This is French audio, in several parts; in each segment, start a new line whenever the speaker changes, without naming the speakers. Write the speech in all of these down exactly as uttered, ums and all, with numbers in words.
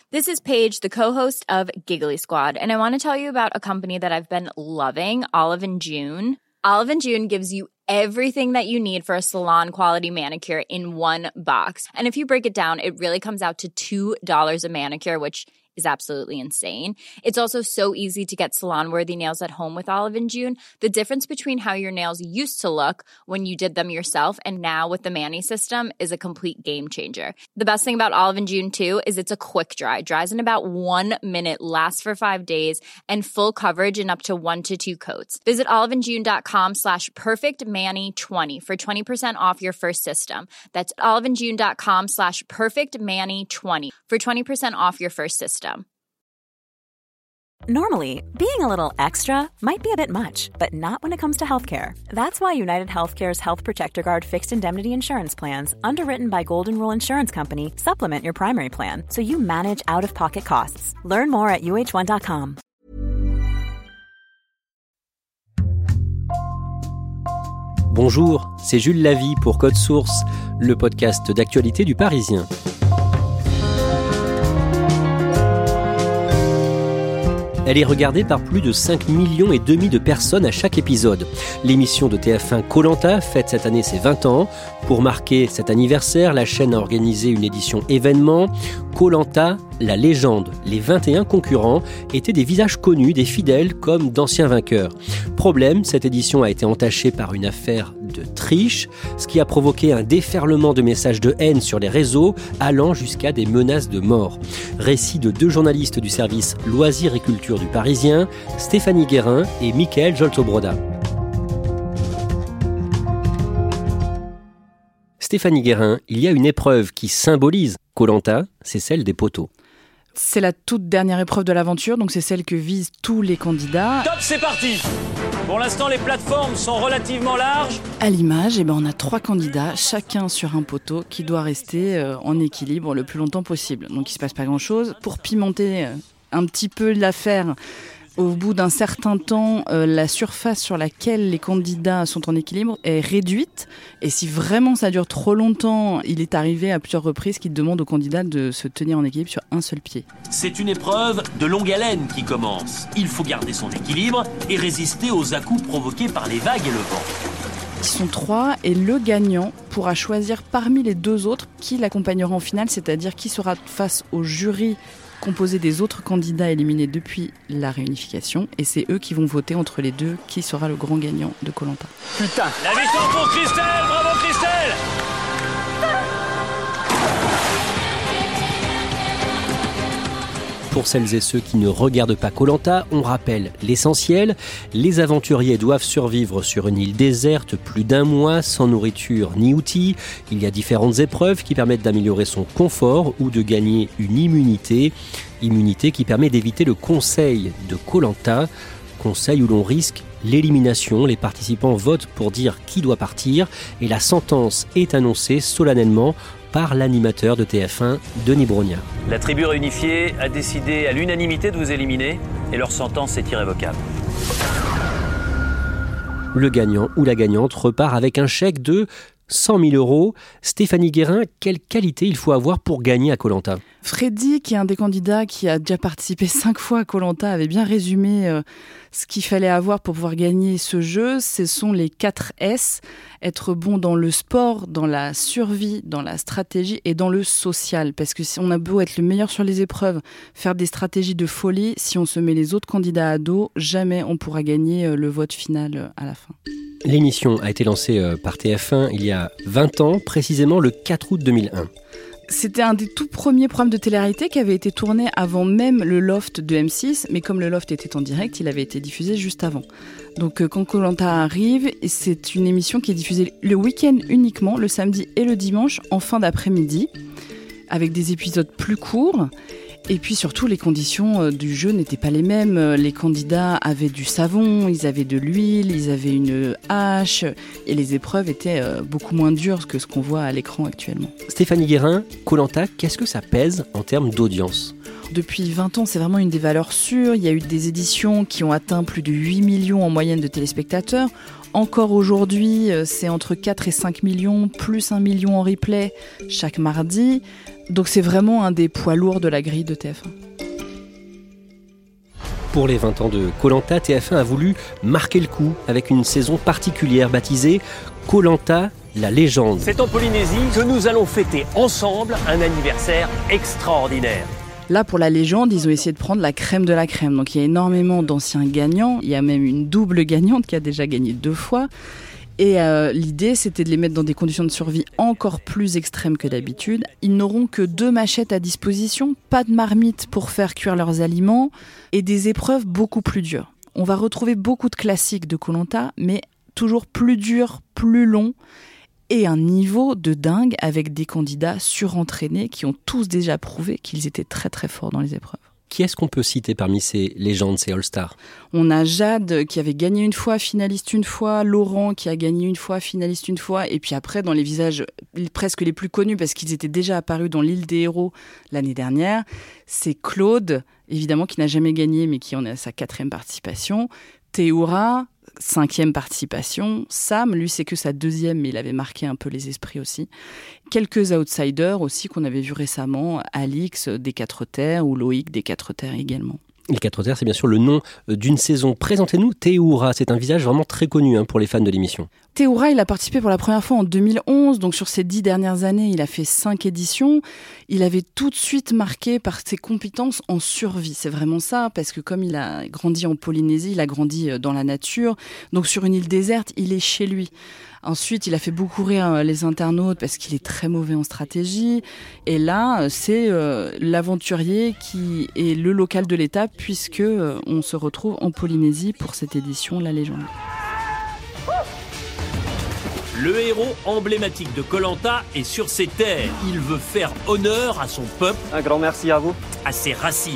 This is Paige, the co-host of Giggly Squad, and I want to tell you about a company that I've been loving, Olive and June. Olive and June gives you everything that you need for a salon-quality manicure in one box. And if you break it down, it really comes out to two dollars a manicure, which is absolutely insane. It's also so easy to get salon-worthy nails at home with Olive and June. The difference between how your nails used to look when you did them yourself and now with the Mani system is a complete game changer. The best thing about Olive and June, too, is it's a quick dry. Dries in about one minute, lasts for five days, and full coverage in up to one to two coats. Visit oliveandjune.com slash perfectmani20 for twenty percent off your first system. That's oliveandjune.com slash perfectmani20 for twenty percent off your first system.
Normally, being a little extra might be a bit much, but not when it comes to healthcare. That's why United Healthcare's Health Protector Guard fixed indemnity insurance plans, underwritten by Golden Rule Insurance Company, supplement your primary plan so you manage out-of-pocket costs. Learn more at U H one dot com.
Bonjour, c'est Jules Lavie pour Code Source, le podcast d'actualité du Parisien. Elle est regardée par plus de cinq millions et demi de personnes à chaque épisode. L'émission de T F un Koh-Lanta fête cette année ses vingt ans. Pour marquer cet anniversaire, la chaîne a organisé une édition événement. Koh-Lanta, la légende, les vingt et un concurrents étaient des visages connus, des fidèles comme d'anciens vainqueurs. Problème, cette édition a été entachée par une affaire de triche, ce qui a provoqué un déferlement de messages de haine sur les réseaux, allant jusqu'à des menaces de mort. Récit de deux journalistes du service Loisirs et Culture du Parisien, Stéphanie Guérin et Mickaël Jolto-Broda. Stéphanie Guérin, il y a une épreuve qui symbolise Koh-Lanta, c'est celle des poteaux.
C'est la toute dernière épreuve de l'aventure, donc c'est celle que visent tous les candidats.
Top, c'est parti! Pour l'instant, les plateformes sont relativement larges.
À l'image, eh ben, on a trois candidats, chacun sur un poteau, qui doit rester euh, en équilibre le plus longtemps possible. Donc il ne se passe pas grand-chose. Pour pimenter euh, un petit peu l'affaire, au bout d'un certain temps, euh, la surface sur laquelle les candidats sont en équilibre est réduite. Et si vraiment ça dure trop longtemps, il est arrivé à plusieurs reprises qu'il demande aux candidats de se tenir en équilibre sur un seul pied.
C'est une épreuve de longue haleine qui commence. Il faut garder son équilibre et résister aux à-coups provoqués par les vagues et le vent.
Ils sont trois et le gagnant pourra choisir parmi les deux autres qui l'accompagnera en finale, c'est-à-dire qui sera face au jury composé des autres candidats éliminés depuis la réunification, et c'est eux qui vont voter entre les deux qui sera le grand gagnant de Koh-Lanta.
Putain, la victoire pour Christelle, bravo Christelle!
Pour celles et ceux qui ne regardent pas Koh-Lanta, on rappelle l'essentiel. Les aventuriers doivent survivre sur une île déserte plus d'un mois, sans nourriture ni outils. Il y a différentes épreuves qui permettent d'améliorer son confort ou de gagner une immunité. Immunité qui permet d'éviter le conseil de Koh-Lanta. Conseil où l'on risque l'élimination. Les participants votent pour dire qui doit partir et la sentence est annoncée solennellement par l'animateur de T F un, Denis Brognard.
La tribu réunifiée a décidé à l'unanimité de vous éliminer et leur sentence est irrévocable.
Le gagnant ou la gagnante repart avec un chèque de cent mille euros. Stéphanie Guérin, quelle qualité il faut avoir pour gagner à Koh-Lanta ?
Freddy, qui est un des candidats qui a déjà participé cinq fois à Koh-Lanta, avait bien résumé euh, ce qu'il fallait avoir pour pouvoir gagner ce jeu. Ce sont les quatre S. Être bon dans le sport, dans la survie, dans la stratégie et dans le social. Parce que si on a beau être le meilleur sur les épreuves, faire des stratégies de folie, si on se met les autres candidats à dos, jamais on pourra gagner le vote final à la fin.
L'émission a été lancée par T F un il y a vingt ans, précisément le quatre août deux mille un.
C'était un des tout premiers programmes de télé-réalité qui avait été tourné avant même le Loft de M six, mais comme le Loft était en direct, il avait été diffusé juste avant. Donc quand Koh-Lanta arrive, c'est une émission qui est diffusée le week-end uniquement, le samedi et le dimanche, en fin d'après-midi, avec des épisodes plus courts. Et puis surtout, les conditions du jeu n'étaient pas les mêmes. Les candidats avaient du savon, ils avaient de l'huile, ils avaient une hache, et les épreuves étaient beaucoup moins dures que ce qu'on voit à l'écran actuellement.
Stéphanie Guérin, Koh-Lanta, qu'est-ce que ça pèse en termes d'audience ?
Depuis vingt ans, c'est vraiment une des valeurs sûres. Il y a eu des éditions qui ont atteint plus de huit millions en moyenne de téléspectateurs. Encore aujourd'hui, c'est entre quatre et cinq millions, plus un million en replay chaque mardi. Donc c'est vraiment un des poids lourds de la grille de T F un.
Pour les vingt ans de Koh-Lanta, T F un a voulu marquer le coup avec une saison particulière baptisée Koh-Lanta, la légende.
C'est en Polynésie que nous allons fêter ensemble un anniversaire extraordinaire.
Là, pour la légende, ils ont essayé de prendre la crème de la crème. Donc il y a énormément d'anciens gagnants. Il y a même une double gagnante qui a déjà gagné deux fois. Et euh, l'idée, c'était de les mettre dans des conditions de survie encore plus extrêmes que d'habitude. Ils n'auront que deux machettes à disposition, pas de marmite pour faire cuire leurs aliments et des épreuves beaucoup plus dures. On va retrouver beaucoup de classiques de Koh-Lanta, mais toujours plus durs, plus longs et un niveau de dingue avec des candidats surentraînés qui ont tous déjà prouvé qu'ils étaient très très forts dans les épreuves.
Qui est-ce qu'on peut citer parmi ces légendes, ces All-Stars ?
On a Jade qui avait gagné une fois, finaliste une fois, Laurent qui a gagné une fois, finaliste une fois, et puis après dans les visages presque les plus connus parce qu'ils étaient déjà apparus dans l'île des héros l'année dernière, c'est Claude, évidemment qui n'a jamais gagné mais qui en est à sa quatrième participation, Théoura, cinquième participation, Sam, lui c'est que sa deuxième mais il avait marqué un peu les esprits aussi. Quelques outsiders aussi qu'on avait vus récemment, Alix des Quatre Terres ou Loïc des Quatre Terres également.
Les Quatre Terres, c'est bien sûr le nom d'une saison. Présentez-nous Théoura, c'est un visage vraiment très connu hein, pour les fans de l'émission.
Théoura, il a participé pour la première fois en deux mille onze, donc sur ces dix dernières années, il a fait cinq éditions. Il avait tout de suite marqué par ses compétences en survie. C'est vraiment ça, parce que comme il a grandi en Polynésie, il a grandi dans la nature, donc sur une île déserte, il est chez lui. Ensuite, il a fait beaucoup rire les internautes parce qu'il est très mauvais en stratégie. Et là, c'est euh, l'aventurier qui est le local de l'étape puisque euh, on se retrouve en Polynésie pour cette édition La Légende.
Le héros emblématique de Koh-Lanta est sur ses terres. Il veut faire honneur à son peuple.
Un grand merci à vous.
À ses racines.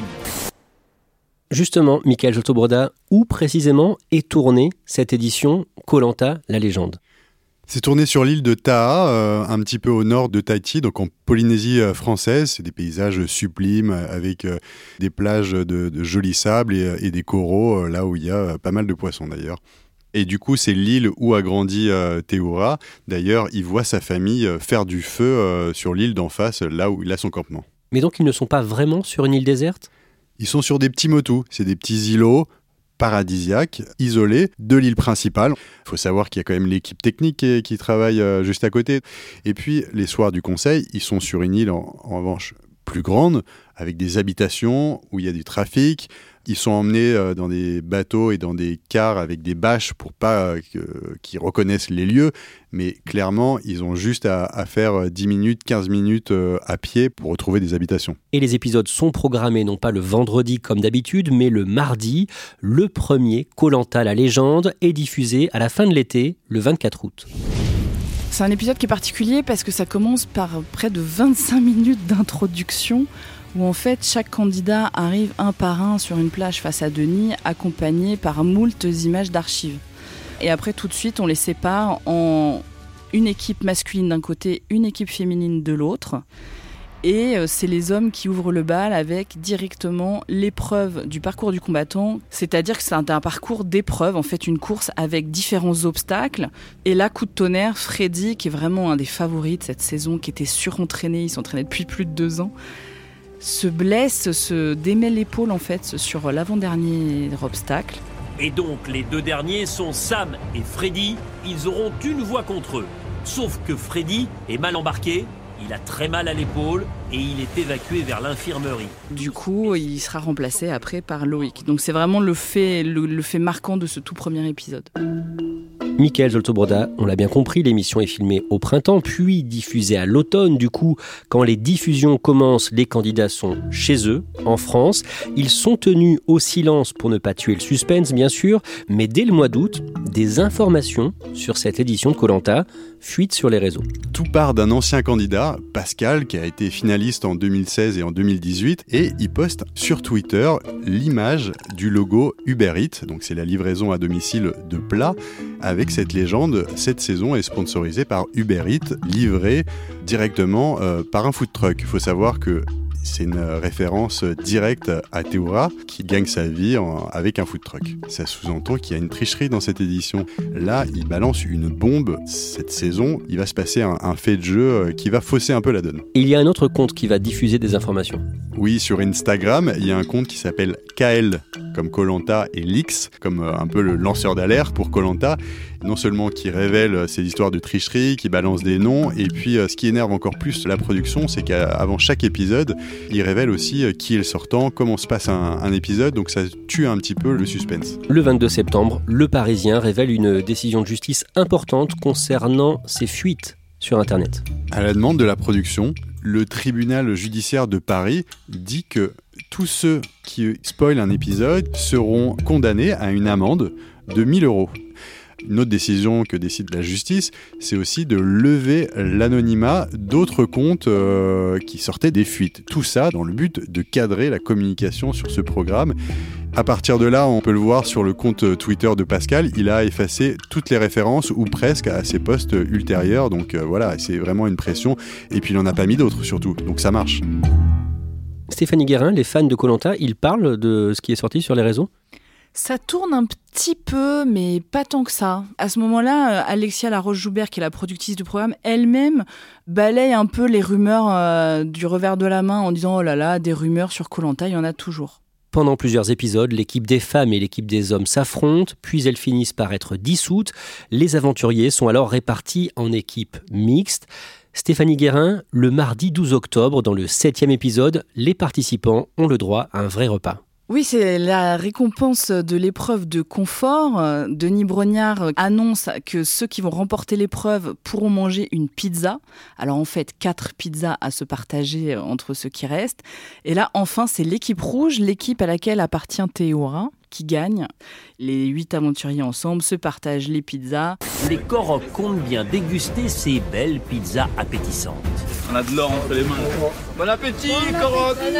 Justement, Michael Jotobroda, où précisément est tournée cette édition Koh-Lanta, la légende ?
C'est tourné sur l'île de Taha, euh, un petit peu au nord de Tahiti, donc en Polynésie euh, française. C'est des paysages sublimes avec euh, des plages de, de jolis sables et, et des coraux, euh, là où il y a euh, pas mal de poissons d'ailleurs. Et du coup, c'est l'île où a grandi euh, Théoura. D'ailleurs, il voit sa famille euh, faire du feu euh, sur l'île d'en face, là où il a son campement.
Mais donc, ils ne sont pas vraiment sur une île déserte ?
Ils sont sur des petits motus, c'est des petits îlots paradisiaques, isolés de l'île principale. Il faut savoir qu'il y a quand même l'équipe technique qui, qui travaille euh, juste à côté. Et puis, les soirs du conseil, ils sont sur une île, en, en revanche, plus grande, avec des habitations où il y a du trafic. Ils sont emmenés euh, dans des bateaux et dans des cars avec des bâches pour pas euh, qu'ils reconnaissent les lieux. Mais clairement, ils ont juste à, à faire dix minutes, quinze minutes euh, à pied pour retrouver des habitations.
Et les épisodes sont programmés non pas le vendredi comme d'habitude, mais le mardi. Le premier, Koh-Lanta, la légende, est diffusé à la fin de l'été, le vingt-quatre août.
C'est un épisode qui est particulier parce que ça commence par près de vingt-cinq minutes d'introduction où en fait chaque candidat arrive un par un sur une plage face à Denis accompagné par moult images d'archives. Et après tout de suite on les sépare en une équipe masculine d'un côté, une équipe féminine de l'autre. Et c'est les hommes qui ouvrent le bal avec directement l'épreuve du parcours du combattant. C'est-à-dire que c'est un, un parcours d'épreuve, en fait une course avec différents obstacles. Et là, coup de tonnerre, Freddy, qui est vraiment un des favoris de cette saison, qui était surentraîné, il s'entraînait depuis plus de deux ans, se blesse, se démêle l'épaule en fait sur l'avant-dernier obstacle.
Et donc les deux derniers sont Sam et Freddy. Ils auront une voix contre eux. Sauf que Freddy est mal embarqué. Il a très mal à l'épaule et il est évacué vers l'infirmerie.
Du coup, il sera remplacé après par Loïc. Donc c'est vraiment le fait, le, le fait marquant de ce tout premier épisode.
Michael Joltobroda, on l'a bien compris, l'émission est filmée au printemps, puis diffusée à l'automne. Du coup, quand les diffusions commencent, les candidats sont chez eux, en France. Ils sont tenus au silence pour ne pas tuer le suspense, bien sûr. Mais dès le mois d'août, des informations sur cette édition de Koh-Lanta fuitent sur les réseaux.
Tout part d'un ancien candidat, Pascal, qui a été finaliste en deux mille seize et en deux mille dix-huit. Et il poste sur Twitter l'image du logo Uber Eats. Donc c'est la livraison à domicile de plats. Avec cette légende, cette saison est sponsorisée par Uber Eats, livrée directement euh, par un food truck. Il faut savoir que C'est une référence directe à Théoura qui gagne sa vie en, avec un food truck. Ça sous-entend qu'il y a une tricherie dans cette édition. Là, il balance une bombe. Cette saison, il va se passer un, un fait de jeu qui va fausser un peu la donne.
Il y a un autre compte qui va diffuser des informations.
Oui, sur Instagram, il y a un compte qui s'appelle K L, comme Koh-Lanta, et Lix, comme un peu le lanceur d'alerte pour Koh-Lanta. Non seulement qui révèle ces histoires de tricherie, qui balance des noms, et puis ce qui énerve encore plus la production, c'est qu'avant chaque épisode, il révèle aussi qui est le sortant, comment se passe un, un épisode, donc ça tue un petit peu le suspense.
Le vingt-deux septembre, Le Parisien révèle une décision de justice importante concernant ces fuites sur Internet.
À la demande de la production, le tribunal judiciaire de Paris dit que tous ceux qui spoilent un épisode seront condamnés à une amende de mille euros. Une autre décision que décide la justice, c'est aussi de lever l'anonymat d'autres comptes euh, qui sortaient des fuites. Tout ça dans le but de cadrer la communication sur ce programme. À partir de là, on peut le voir sur le compte Twitter de Pascal, il a effacé toutes les références, ou presque, à ses posts ultérieurs. Donc euh, voilà, c'est vraiment une pression. Et puis il n'en a pas mis d'autres surtout, donc ça marche.
Stéphanie Guérin, les fans de Koh-Lanta, ils parlent de ce qui est sorti sur les réseaux ?
Ça tourne un petit peu, mais pas tant que ça. À ce moment-là, Alexia Laroche-Joubert, qui est la productrice du programme, elle-même balaye un peu les rumeurs euh, du revers de la main en disant « Oh là là, des rumeurs sur Koh-Lanta, il y en a toujours ».
Pendant plusieurs épisodes, l'équipe des femmes et l'équipe des hommes s'affrontent, puis elles finissent par être dissoutes. Les aventuriers sont alors répartis en équipes mixtes. Stéphanie Guérin, le mardi douze octobre, dans le septième épisode, les participants ont le droit à un vrai repas.
Oui, c'est la récompense de l'épreuve de confort. Denis Brognard annonce que ceux qui vont remporter l'épreuve pourront manger une pizza. Alors en fait, quatre pizzas à se partager entre ceux qui restent. Et là, enfin, c'est l'équipe rouge, l'équipe à laquelle appartient Théoura, qui gagne. Les huit aventuriers ensemble se partagent les pizzas.
Les Koroks comptent bien déguster ces belles pizzas appétissantes.
On a de l'or entre les mains. Bon appétit, Korok.
Bon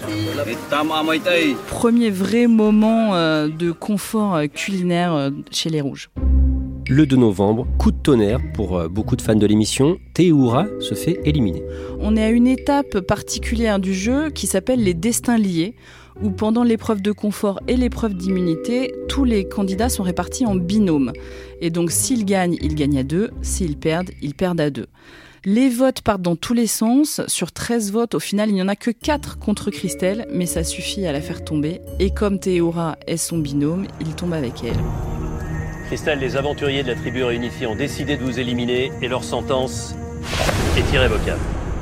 appétit.
Premier vrai moment euh, de confort euh, culinaire euh, chez les Rouges.
Le deux novembre, coup de tonnerre pour euh, beaucoup de fans de l'émission, Théoura se fait éliminer.
On est à une étape particulière du jeu qui s'appelle les destins liés, où pendant l'épreuve de confort et l'épreuve d'immunité, tous les candidats sont répartis en binôme. Et donc s'ils gagnent, ils gagnent à deux, s'ils perdent, ils perdent à deux. Les votes partent dans tous les sens. Sur treize votes, au final, il n'y en a que quatre contre Christelle, mais ça suffit à la faire tomber. Et comme Théoura est son binôme, il tombe avec elle.
Christelle, les aventuriers de la tribu réunifiée ont décidé de vous éliminer et leur sentence est irrévocable.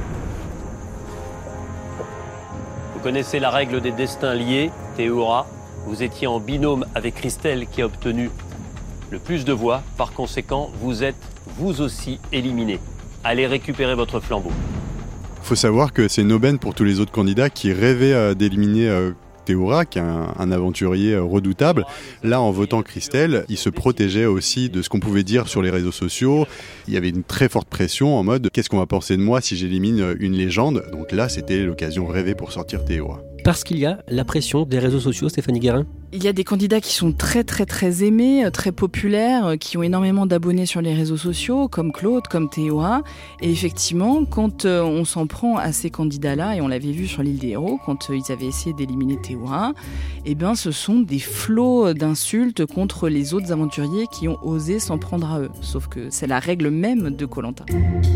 Vous connaissez la règle des destins liés, Théoura. Vous étiez en binôme avec Christelle qui a obtenu le plus de voix. Par conséquent, vous êtes vous aussi éliminé. Allez récupérer votre flambeau.
Il faut savoir que c'est une aubaine pour tous les autres candidats qui rêvaient euh, d'éliminer euh, Théoura, qui est un, un aventurier euh, redoutable. Là, en votant Christelle, il se protégeait aussi de ce qu'on pouvait dire sur les réseaux sociaux. Il y avait une très forte pression en mode « Qu'est-ce qu'on va penser de moi si j'élimine une légende ?» Donc là, c'était l'occasion rêvée pour sortir Théoura.
Parce qu'il y a la pression des réseaux sociaux, Stéphanie Guérin ?
Il y a des candidats qui sont très très très aimés, très populaires, qui ont énormément d'abonnés sur les réseaux sociaux, comme Claude, comme Théoura. Et effectivement, quand on s'en prend à ces candidats-là, et on l'avait vu sur l'île des Héros, quand ils avaient essayé d'éliminer Théoura, eh bien, ce sont des flots d'insultes contre les autres aventuriers qui ont osé s'en prendre à eux. Sauf que c'est la règle même de Koh-Lanta.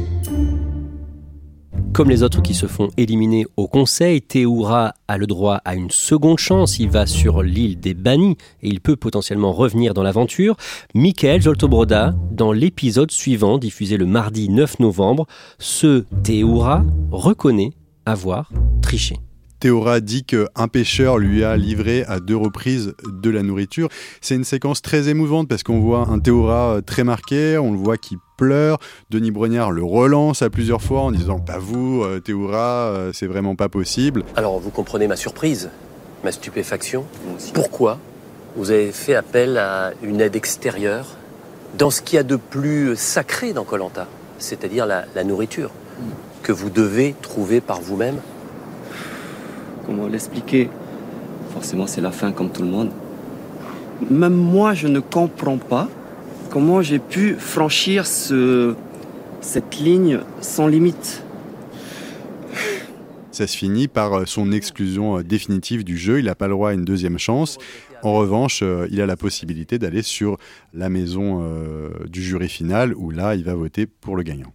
Comme les autres qui se font éliminer au conseil, Théoura a le droit à une seconde chance. Il va sur l'île des bannis et il peut potentiellement revenir dans l'aventure. Mickaël Joltobroda, dans l'épisode suivant, diffusé le mardi neuf novembre, ce Théoura reconnaît avoir triché.
Théoura dit qu'un pêcheur lui a livré à deux reprises de la nourriture. C'est une séquence très émouvante parce qu'on voit un Théoura très marqué, on le voit qui pleure. Denis Brognard le relance à plusieurs fois en disant « Pas vous, Théoura, c'est vraiment pas possible ».
Alors, vous comprenez ma surprise, ma stupéfaction. Pourquoi vous avez fait appel à une aide extérieure dans ce qu'il y a de plus sacré dans Koh-Lanta, c'est-à-dire la, la nourriture, que vous devez trouver par vous-même?
Comment l'expliquer? Forcément, c'est la faim comme tout le monde. Même moi, je ne comprends pas comment j'ai pu franchir ce, cette ligne sans limite.
Ça se finit par son exclusion définitive du jeu. Il n'a pas le droit à une deuxième chance. En revanche, il a la possibilité d'aller sur la maison euh, du jury final où là, il va voter pour le gagnant.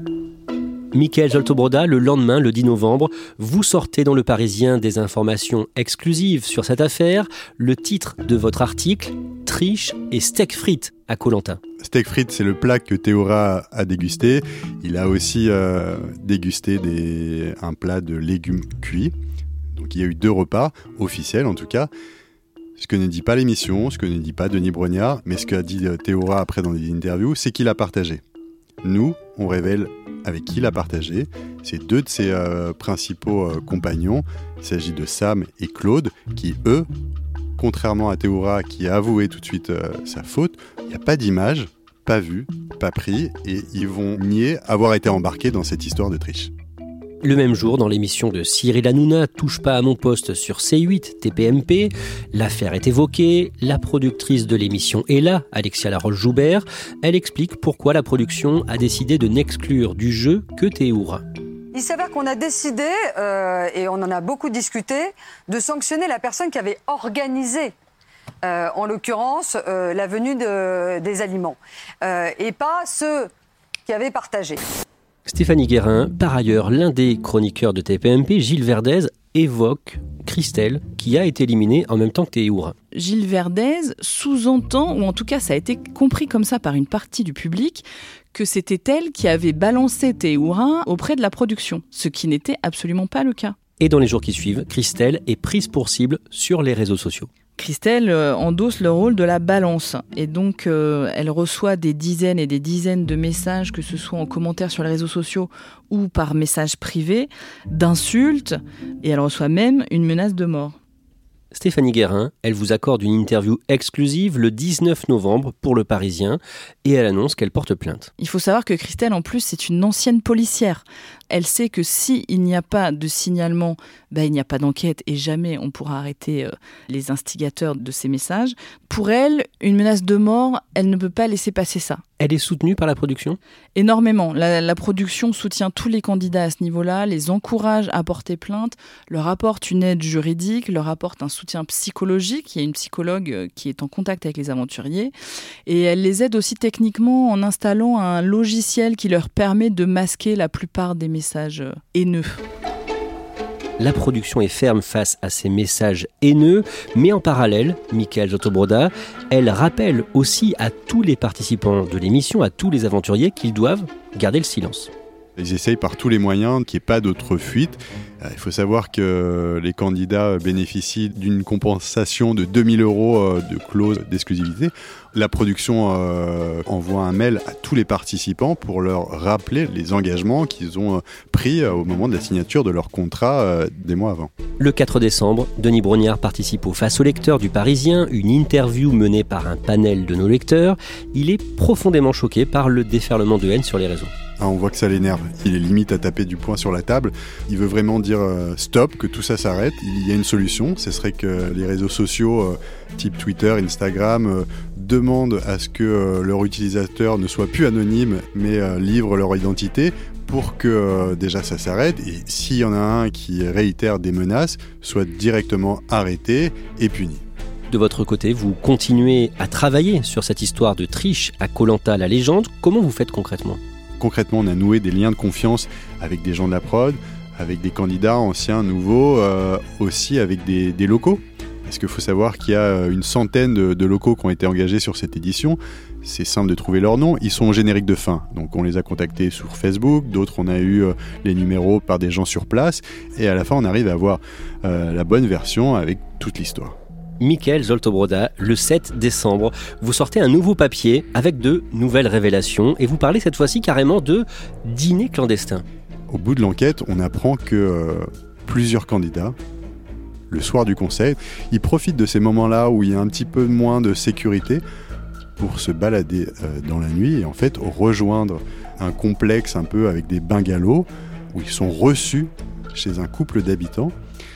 Mickaël Zolto-Broda, le lendemain, le dix novembre, vous sortez dans Le Parisien des informations exclusives sur cette affaire. Le titre de votre article, Triche et steak frites à Koh-Lanta.
Steak frites, c'est le plat que Théora a dégusté. Il a aussi euh, dégusté des, un plat de légumes cuits. Donc il y a eu deux repas, officiels en tout cas. Ce que ne dit pas l'émission, ce que ne dit pas Denis Brognard, mais ce qu'a dit Théora après dans des interviews, c'est qu'il a partagé. Nous, on révèle avec qui il a partagé. C'est deux de ses euh, principaux euh, compagnons. Il s'agit de Sam et Claude, qui, eux, contrairement à Théora, qui a avoué tout de suite euh, sa faute, il n'y a pas d'image, pas vu, pas pris, et ils vont nier avoir été embarqués dans cette histoire de triche.
Le même jour, dans l'émission de Cyril Hanouna, Touche pas à mon poste sur C huit, T P M P, l'affaire est évoquée, la productrice de l'émission est là, Alexia Laroche-Joubert. Elle explique pourquoi la production a décidé de n'exclure du jeu que Théoura.
Il s'avère qu'on a décidé, euh, et on en a beaucoup discuté, de sanctionner la personne qui avait organisé, euh, en l'occurrence, euh, la venue de, des aliments, euh, et pas ceux qui avaient partagé.
Stéphanie Guérin, par ailleurs l'un des chroniqueurs de T P M P, Gilles Verdez, évoque Christelle, qui a été éliminée en même temps que Théoura.
Gilles Verdez sous-entend, ou en tout cas ça a été compris comme ça par une partie du public, que c'était elle qui avait balancé Théoura auprès de la production, ce qui n'était absolument pas le cas.
Et dans les jours qui suivent, Christelle est prise pour cible sur les réseaux sociaux.
Christelle euh, endosse le rôle de la balance et donc euh, elle reçoit des dizaines et des dizaines de messages, que ce soit en commentaire sur les réseaux sociaux ou par message privé, d'insultes, et elle reçoit même une menace de mort.
Stéphanie Guérin, elle vous accorde une interview exclusive le dix-neuf novembre pour Le Parisien et elle annonce qu'elle porte plainte.
Il faut savoir que Christelle, en plus, c'est une ancienne policière. Elle sait que s'il n'y a pas de signalement, ben, il n'y a pas d'enquête et jamais on pourra arrêter euh, les instigateurs de ces messages. Pour elle, une menace de mort, elle ne peut pas laisser passer ça.
Elle est soutenue par la production ?
Énormément. La, la production soutient tous les candidats à ce niveau-là, les encourage à porter plainte, leur apporte une aide juridique, leur apporte un soutien psychologique. Il y a une psychologue qui est en contact avec les aventuriers et elle les aide aussi techniquement en installant un logiciel qui leur permet de masquer la plupart des messages haineux.
La production est ferme face à ces messages haineux, mais en parallèle, Mickaël Zolto-Broda, elle rappelle aussi à tous les participants de l'émission, à tous les aventuriers, qu'ils doivent garder le silence.
Ils essayent par tous les moyens qu'il n'y ait pas d'autres fuites. Il faut savoir que les candidats bénéficient d'une compensation de deux mille euros de clause d'exclusivité. La production euh, envoie un mail à tous les participants pour leur rappeler les engagements qu'ils ont pris au moment de la signature de leur contrat euh, des mois avant.
Le quatre décembre, Denis Brognard participe au Face aux lecteurs du Parisien, une interview menée par un panel de nos lecteurs. Il est profondément choqué par le déferlement de haine sur les réseaux.
Ah, on voit que ça l'énerve. Il est limite à taper du poing sur la table. Il veut vraiment dire euh, stop, que tout ça s'arrête. Il y a une solution, ce serait que les réseaux sociaux, euh, type Twitter, Instagram, euh, demandent à ce que euh, leurs utilisateurs ne soient plus anonymes, mais euh, livrent leur identité pour que euh, déjà ça s'arrête. Et s'il y en a un qui réitère des menaces, soit directement arrêté et puni.
De votre côté, vous continuez à travailler sur cette histoire de triche à Koh-Lanta, la légende. Comment vous faites concrètement ?
Concrètement, on a noué des liens de confiance avec des gens de la prod, avec des candidats anciens, nouveaux, euh, aussi avec des, des locaux. Parce qu'il faut savoir qu'il y a une centaine de, de locaux qui ont été engagés sur cette édition. C'est simple de trouver leur nom. Ils sont au générique de fin. Donc on les a contactés sur Facebook. D'autres, on a eu euh, les numéros par des gens sur place. Et à la fin, on arrive à avoir euh, la bonne version avec toute l'histoire.
Mickaël Zolto-Broda, le sept décembre, vous sortez un nouveau papier avec de nouvelles révélations et vous parlez cette fois-ci carrément de dîner clandestin.
Au bout de l'enquête, on apprend que euh, plusieurs candidats, le soir du conseil, ils profitent de ces moments-là où il y a un petit peu moins de sécurité pour se balader euh, dans la nuit et en fait rejoindre un complexe un peu avec des bungalows où ils sont reçus chez un couple d'habitants.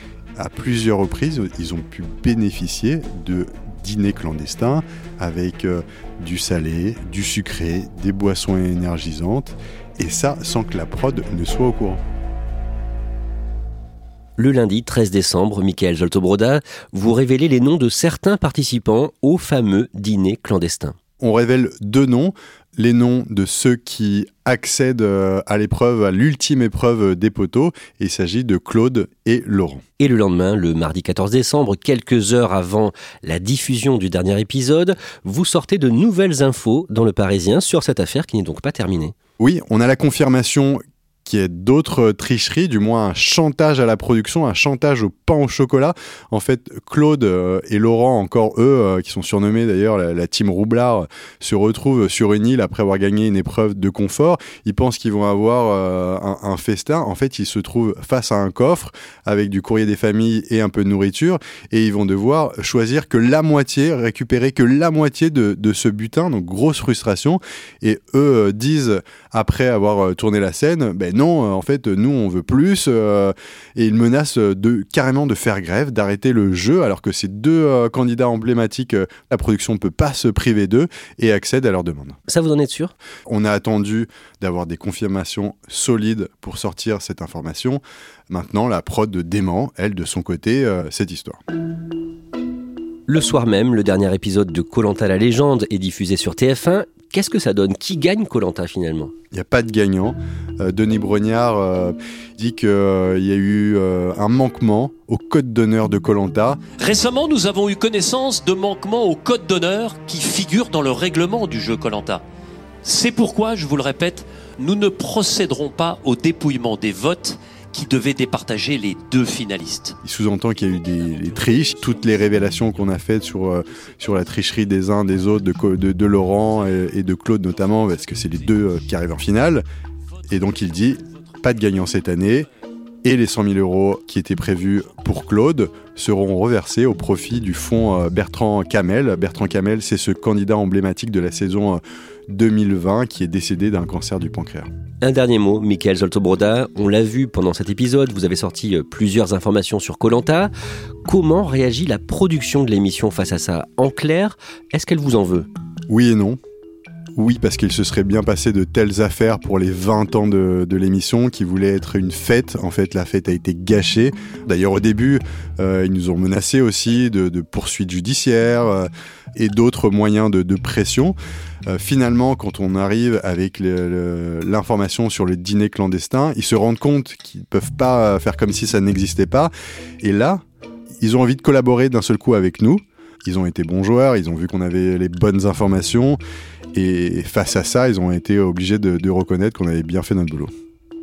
À plusieurs reprises, ils ont pu bénéficier de dîners clandestins avec euh, du salé, du sucré, des boissons énergisantes, et ça sans que la prod ne soit au courant.
Le lundi treize décembre, Mickaël Zolto-Broda, vous révélez les noms de certains participants au fameux dîner clandestin.
On révèle deux noms, les noms de ceux qui accèdent à l'épreuve, à l'ultime épreuve des poteaux. Il s'agit de Claude et Laurent.
Et le lendemain, le mardi quatorze décembre, quelques heures avant la diffusion du dernier épisode, vous sortez de nouvelles infos dans Le Parisien sur cette affaire qui n'est donc pas terminée.
Oui, on a la confirmation qu'il y ait d'autres tricheries, du moins un chantage à la production, un chantage au pain au chocolat. En fait, Claude et Laurent, encore eux, qui sont surnommés d'ailleurs la, la team Roublard, se retrouvent sur une île après avoir gagné une épreuve de confort. Ils pensent qu'ils vont avoir euh, un, un festin. En fait, ils se trouvent face à un coffre avec du courrier des familles et un peu de nourriture, et ils vont devoir choisir que la moitié, récupérer que la moitié de, de ce butin, donc grosse frustration. Et eux euh, disent, après avoir tourné la scène, ben non, en fait, nous, on veut plus. Euh, et ils menacent de, carrément de faire grève, d'arrêter le jeu, alors que ces deux euh, candidats emblématiques, euh, la production ne peut pas se priver d'eux et accède à leur demande.
Ça, vous en êtes sûr ?
On a attendu d'avoir des confirmations solides pour sortir cette information. Maintenant, la prod dément, elle, de son côté, euh, cette histoire.
Le soir même, le dernier épisode de Koh-Lanta la légende est diffusé sur T F un. Qu'est-ce que ça donne ? Qui gagne Koh-Lanta finalement ?
Il n'y a pas de gagnant. Euh, Denis Brognard euh, dit qu'il euh, y a eu euh, un manquement au code d'honneur de Koh-Lanta.
Récemment, nous avons eu connaissance de manquements au code d'honneur qui figurent dans le règlement du jeu Koh-Lanta. C'est pourquoi, je vous le répète, nous ne procéderons pas au dépouillement des votes qui devait départager les deux finalistes.
Il sous-entend qu'il y a eu des, des triches. Toutes les révélations qu'on a faites sur, euh, sur la tricherie des uns, des autres, de, de, de Laurent et, et de Claude notamment, parce que c'est les deux euh, qui arrivent en finale. Et donc il dit, pas de gagnant cette année, et les cent mille euros qui étaient prévus pour Claude seront reversés au profit du fonds euh, Bertrand Camel. Bertrand Camel, c'est ce candidat emblématique de la saison euh, deux mille vingt qui est décédé d'un cancer du pancréas.
Un dernier mot, Mickaël Zolto-Broda, on l'a vu pendant cet épisode, vous avez sorti plusieurs informations sur Koh-Lanta. Comment réagit la production de l'émission face à ça ? En clair, est-ce qu'elle vous en veut ?
Oui et non. Oui, parce qu'il se serait bien passé de telles affaires pour les vingt ans de, de l'émission qui voulait être une fête. En fait, la fête a été gâchée. D'ailleurs, au début, euh, ils nous ont menacés aussi de, de poursuites judiciaires euh, et d'autres moyens de, de pression. Euh, finalement, quand on arrive avec le, le, l'information sur le dîner clandestin, ils se rendent compte qu'ils ne peuvent pas faire comme si ça n'existait pas. Et là, ils ont envie de collaborer d'un seul coup avec nous. Ils ont été bons joueurs, ils ont vu qu'on avait les bonnes informations. Et face à ça, ils ont été obligés de, de reconnaître qu'on avait bien fait notre boulot.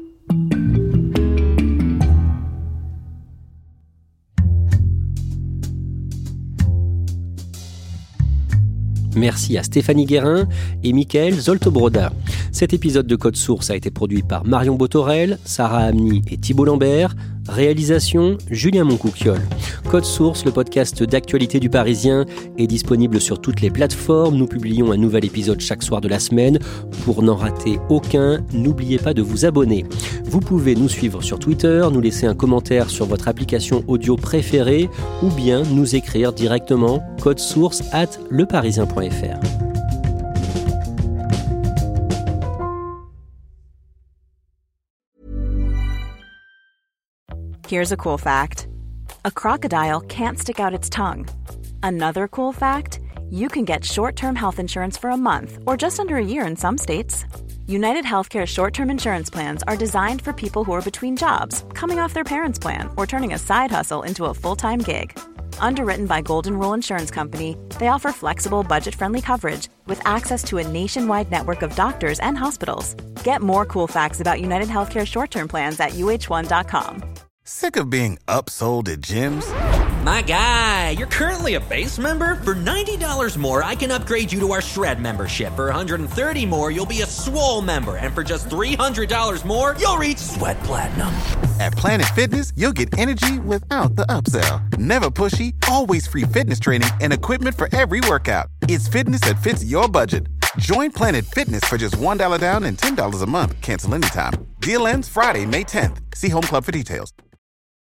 Merci à Stéphanie Guérin et Mickaël Zolto-Broda. Cet épisode de Code Source a été produit par Marion Botorel, Sarah Amni et Thibault Lambert. Réalisation, Julien Moncouquiol. Code Source, le podcast d'actualité du Parisien, est disponible sur toutes les plateformes. Nous publions un nouvel épisode chaque soir de la semaine. Pour n'en rater aucun, n'oubliez pas de vous abonner. Vous pouvez nous suivre sur Twitter, nous laisser un commentaire sur votre application audio préférée ou bien nous écrire directement codesource arobase leparisien point f r.
Here's a cool fact. A crocodile can't stick out its tongue. Another cool fact, you can get short-term health insurance for a month or just under a year in some states. United Healthcare short-term insurance plans are designed for people who are between jobs, coming off their parents' plan, or turning a side hustle into a full-time gig. Underwritten by Golden Rule Insurance Company, they offer flexible, budget-friendly coverage with access to a nationwide network of doctors and hospitals. Get more cool facts about United Healthcare short-term plans at U H one dot com.
Sick of being upsold at gyms?
My guy, you're currently a base member? For ninety dollars more, I can upgrade you to our Shred membership. For one hundred thirty dollars more, you'll be a Swole member. And for just three hundred dollars more, you'll reach Sweat Platinum.
At Planet Fitness, you'll get energy without the upsell. Never pushy, always free fitness training and equipment for every workout. It's fitness that fits your budget. Join Planet Fitness for just one dollar down and ten dollars a month. Cancel anytime. Deal ends Friday, May tenth. See Home Club for details.